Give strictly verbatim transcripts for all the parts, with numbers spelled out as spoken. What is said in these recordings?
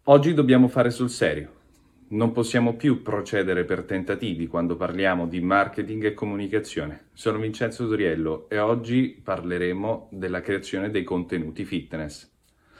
Oggi dobbiamo fare sul serio. Non possiamo più procedere per tentativi quando parliamo di marketing e comunicazione. Sono Vincenzo Doriello e oggi parleremo della creazione dei contenuti fitness.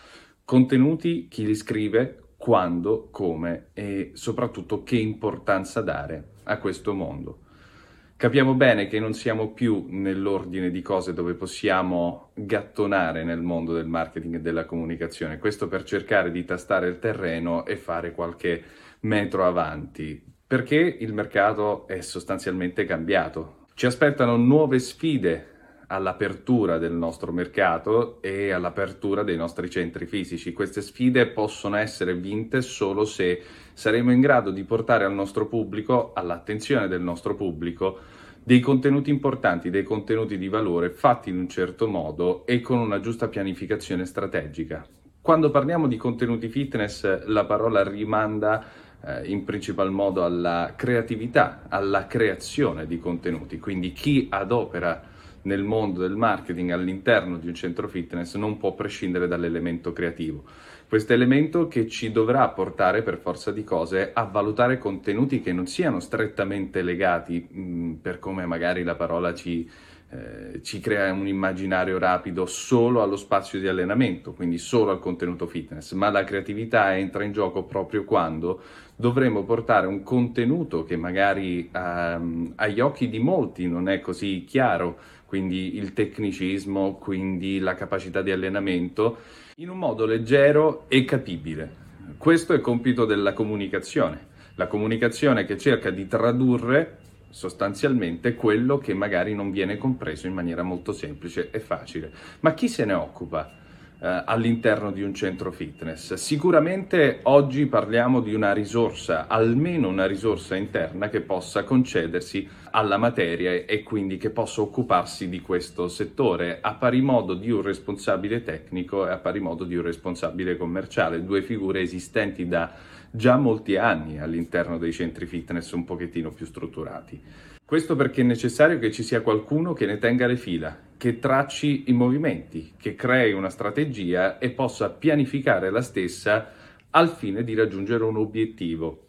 Contenuti, chi li scrive, quando, come e soprattutto che importanza dare a questo mondo. Capiamo bene che non siamo più nell'ordine di cose dove possiamo gattonare nel mondo del marketing e della comunicazione, questo per cercare di tastare il terreno e fare qualche metro avanti, perché il mercato è sostanzialmente cambiato. Ci aspettano nuove sfide all'apertura del nostro mercato e all'apertura dei nostri centri fisici. Queste sfide possono essere vinte solo se saremo in grado di portare al nostro pubblico, all'attenzione del nostro pubblico, dei contenuti importanti, dei contenuti di valore fatti in un certo modo e con una giusta pianificazione strategica. Quando parliamo di contenuti fitness, la parola rimanda eh, in principal modo alla creatività, alla creazione di contenuti. Quindi chi adopera nel mondo del marketing all'interno di un centro fitness non può prescindere dall'elemento creativo. Questo elemento che ci dovrà portare per forza di cose a valutare contenuti che non siano strettamente legati, mh, per come magari la parola ci, eh, ci crea un immaginario rapido, solo allo spazio di allenamento, quindi solo al contenuto fitness, ma la creatività entra in gioco proprio quando dovremo portare un contenuto che magari ehm, agli occhi di molti non è così chiaro, quindi il tecnicismo, quindi la capacità di allenamento, in un modo leggero e capibile. Questo è compito della comunicazione, la comunicazione che cerca di tradurre sostanzialmente quello che magari non viene compreso in maniera molto semplice e facile. Ma chi se ne occupa eh, all'interno di un centro fitness? Sicuramente oggi parliamo di una risorsa, almeno una risorsa interna che possa concedersi alla materia e quindi che possa occuparsi di questo settore a pari modo di un responsabile tecnico e a pari modo di un responsabile commerciale, due figure esistenti da già molti anni all'interno dei centri fitness un pochettino più strutturati. Questo perché è necessario che ci sia qualcuno che ne tenga le fila, che tracci i movimenti, che crei una strategia e possa pianificare la stessa al fine di raggiungere un obiettivo.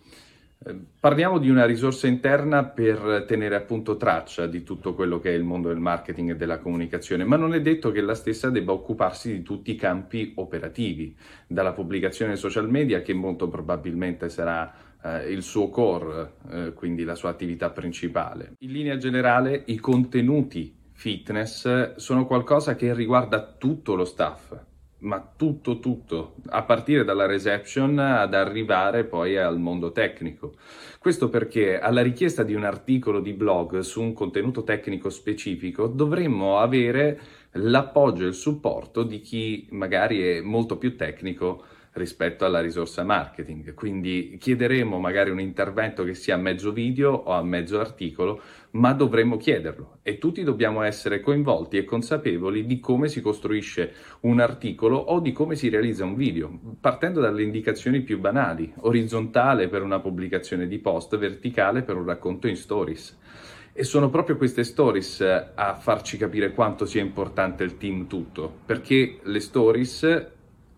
Parliamo di una risorsa interna per tenere appunto traccia di tutto quello che è il mondo del marketing e della comunicazione, ma non è detto che la stessa debba occuparsi di tutti i campi operativi, dalla pubblicazione social media, che molto probabilmente sarà eh, il suo core, eh, quindi la sua attività principale. In linea generale, i contenuti fitness sono qualcosa che riguarda tutto lo staff, ma tutto tutto, a partire dalla reception ad arrivare poi al mondo tecnico. Questo perché alla richiesta di un articolo di blog su un contenuto tecnico specifico dovremmo avere l'appoggio e il supporto di chi magari è molto più tecnico rispetto alla risorsa marketing, quindi chiederemo magari un intervento che sia a mezzo video o a mezzo articolo, ma dovremmo chiederlo e tutti dobbiamo essere coinvolti e consapevoli di come si costruisce un articolo o di come si realizza un video, partendo dalle indicazioni più banali: orizzontale per una pubblicazione di post, verticale per un racconto in stories. E sono proprio queste stories a farci capire quanto sia importante il team tutto, perché le stories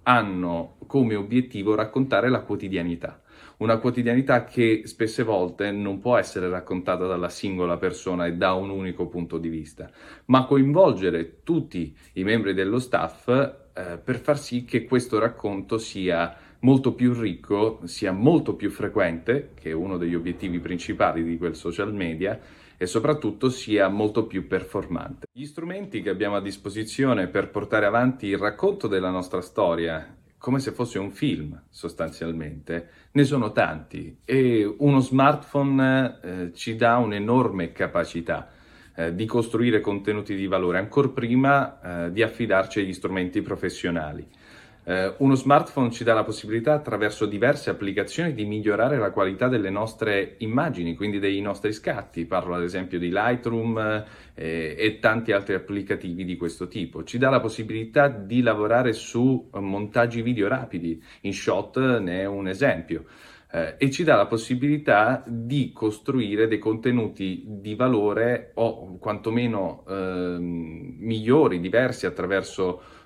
hanno come obiettivo raccontare la quotidianità, una quotidianità che spesse volte non può essere raccontata dalla singola persona e da un unico punto di vista, ma coinvolgere tutti i membri dello staff eh, per far sì che questo racconto sia molto più ricco, sia molto più frequente, che è uno degli obiettivi principali di quel social media, e soprattutto sia molto più performante. Gli strumenti che abbiamo a disposizione per portare avanti il racconto della nostra storia, come se fosse un film sostanzialmente, ne sono tanti e uno smartphone eh, ci dà un'enorme capacità eh, di costruire contenuti di valore, ancor prima eh, di affidarci agli strumenti professionali. Eh, uno smartphone ci dà la possibilità, attraverso diverse applicazioni, di migliorare la qualità delle nostre immagini, quindi dei nostri scatti. Parlo ad esempio di Lightroom eh, e tanti altri applicativi di questo tipo. Ci dà la possibilità di lavorare su montaggi video rapidi. InShot ne è un esempio. Eh, e ci dà la possibilità di costruire dei contenuti di valore o quantomeno eh, migliori, diversi, attraverso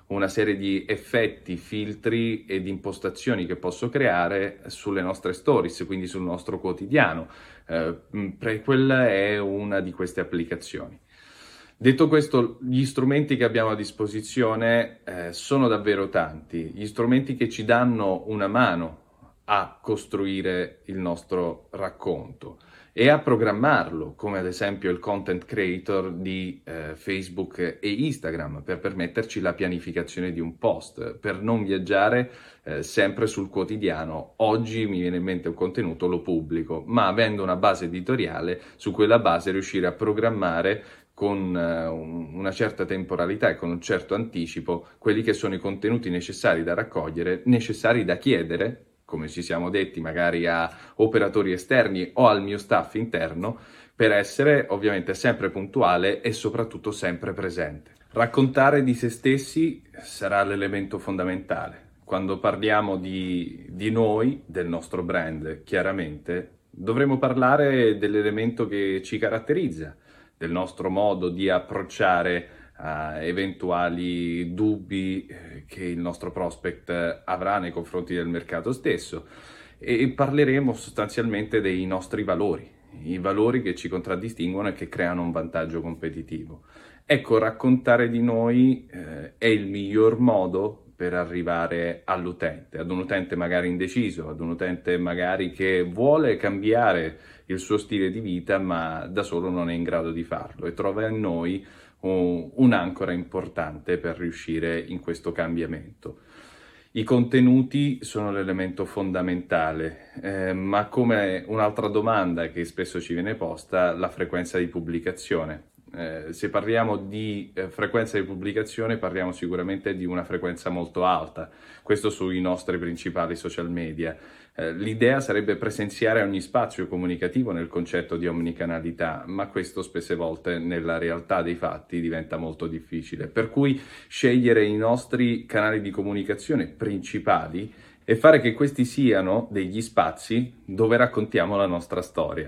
una serie di effetti, filtri ed impostazioni che posso creare sulle nostre stories, quindi sul nostro quotidiano. Eh, Prequel è una di queste applicazioni. Detto questo, gli strumenti che abbiamo a disposizione eh, sono davvero tanti, gli strumenti che ci danno una mano a costruire il nostro racconto e a programmarlo, come ad esempio il content creator di eh, Facebook e Instagram, per permetterci la pianificazione di un post, per non viaggiare eh, sempre sul quotidiano. Oggi mi viene in mente un contenuto, lo pubblico, ma avendo una base editoriale, su quella base riuscire a programmare con uh, una certa temporalità e con un certo anticipo quelli che sono i contenuti necessari da raccogliere, necessari da chiedere, come ci siamo detti, magari a operatori esterni o al mio staff interno, per essere ovviamente sempre puntuale e soprattutto sempre presente. Raccontare di se stessi sarà l'elemento fondamentale. Quando parliamo di, di noi, del nostro brand, chiaramente, dovremo parlare dell'elemento che ci caratterizza, del nostro modo di approcciare a eventuali dubbi che il nostro prospect avrà nei confronti del mercato stesso, e parleremo sostanzialmente dei nostri valori, i valori che ci contraddistinguono e che creano un vantaggio competitivo. Ecco, raccontare di noi eh, è il miglior modo per arrivare all'utente, ad un utente magari indeciso, ad un utente magari che vuole cambiare il suo stile di vita ma da solo non è in grado di farlo e trova in noi un, un'ancora importante per riuscire in questo cambiamento. I contenuti sono l'elemento fondamentale, eh, ma come un'altra domanda che spesso ci viene posta, la frequenza di pubblicazione. Eh, se parliamo di eh, frequenza di pubblicazione parliamo sicuramente di una frequenza molto alta, questo sui nostri principali social media. Eh, l'idea sarebbe presenziare ogni spazio comunicativo nel concetto di omnicanalità, ma questo spesse volte nella realtà dei fatti diventa molto difficile, per cui scegliere i nostri canali di comunicazione principali e fare che questi siano degli spazi dove raccontiamo la nostra storia.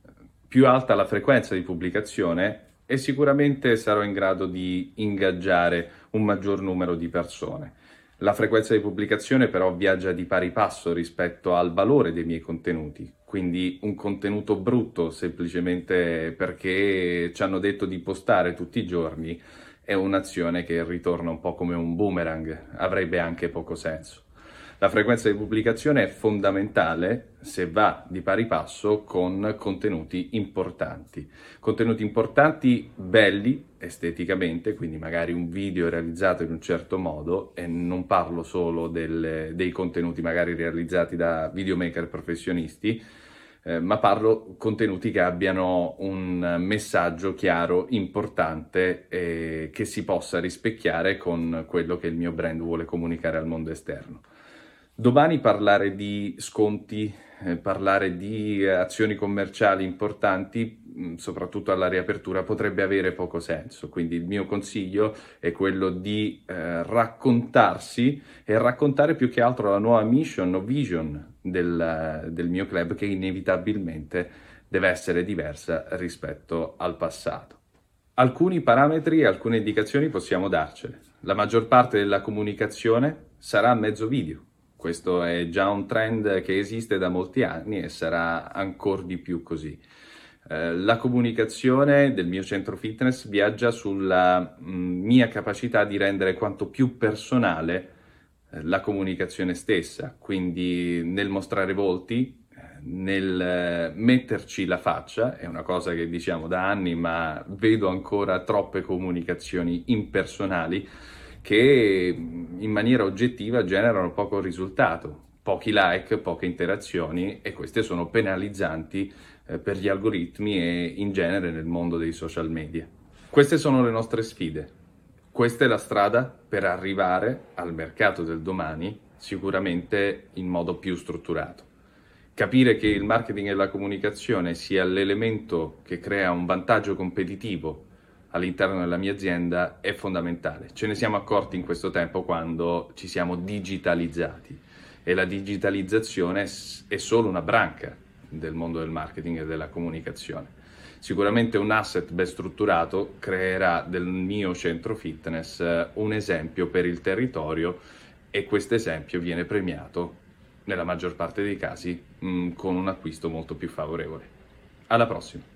Più alta la frequenza di pubblicazione, e sicuramente sarò in grado di ingaggiare un maggior numero di persone. La frequenza di pubblicazione però viaggia di pari passo rispetto al valore dei miei contenuti, quindi un contenuto brutto semplicemente perché ci hanno detto di postare tutti i giorni è un'azione che ritorna un po' come un boomerang, avrebbe anche poco senso. La frequenza di pubblicazione è fondamentale se va di pari passo con contenuti importanti. Contenuti importanti belli esteticamente, quindi magari un video realizzato in un certo modo, e non parlo solo del, dei contenuti magari realizzati da videomaker professionisti, eh, ma parlo contenuti che abbiano un messaggio chiaro, importante e che si possa rispecchiare con quello che il mio brand vuole comunicare al mondo esterno. Domani parlare di sconti, eh, parlare di azioni commerciali importanti, mh, soprattutto alla riapertura, potrebbe avere poco senso. Quindi il mio consiglio è quello di eh, raccontarsi e raccontare più che altro la nuova mission o vision del, del mio club, che inevitabilmente deve essere diversa rispetto al passato. Alcuni parametri e alcune indicazioni possiamo darcele. La maggior parte della comunicazione sarà a mezzo video. Questo è già un trend che esiste da molti anni e sarà ancora di più così. Eh, la comunicazione del mio centro fitness viaggia sulla mh, mia capacità di rendere quanto più personale eh, la comunicazione stessa, quindi nel mostrare volti, nel eh, metterci la faccia, è una cosa che diciamo da anni, ma vedo ancora troppe comunicazioni impersonali che in maniera oggettiva generano poco risultato, pochi like, poche interazioni, e queste sono penalizzanti eh, per gli algoritmi e in genere nel mondo dei social media. Queste sono le nostre sfide. Questa è la strada per arrivare al mercato del domani, sicuramente in modo più strutturato. Capire che il marketing e la comunicazione sia l'elemento che crea un vantaggio competitivo all'interno della mia azienda è fondamentale. Ce ne siamo accorti in questo tempo quando ci siamo digitalizzati, e la digitalizzazione è solo una branca del mondo del marketing e della comunicazione. Sicuramente un asset ben strutturato creerà del mio centro fitness eh, un esempio per il territorio, e questo esempio viene premiato nella maggior parte dei casi mh, con un acquisto molto più favorevole. Alla prossima!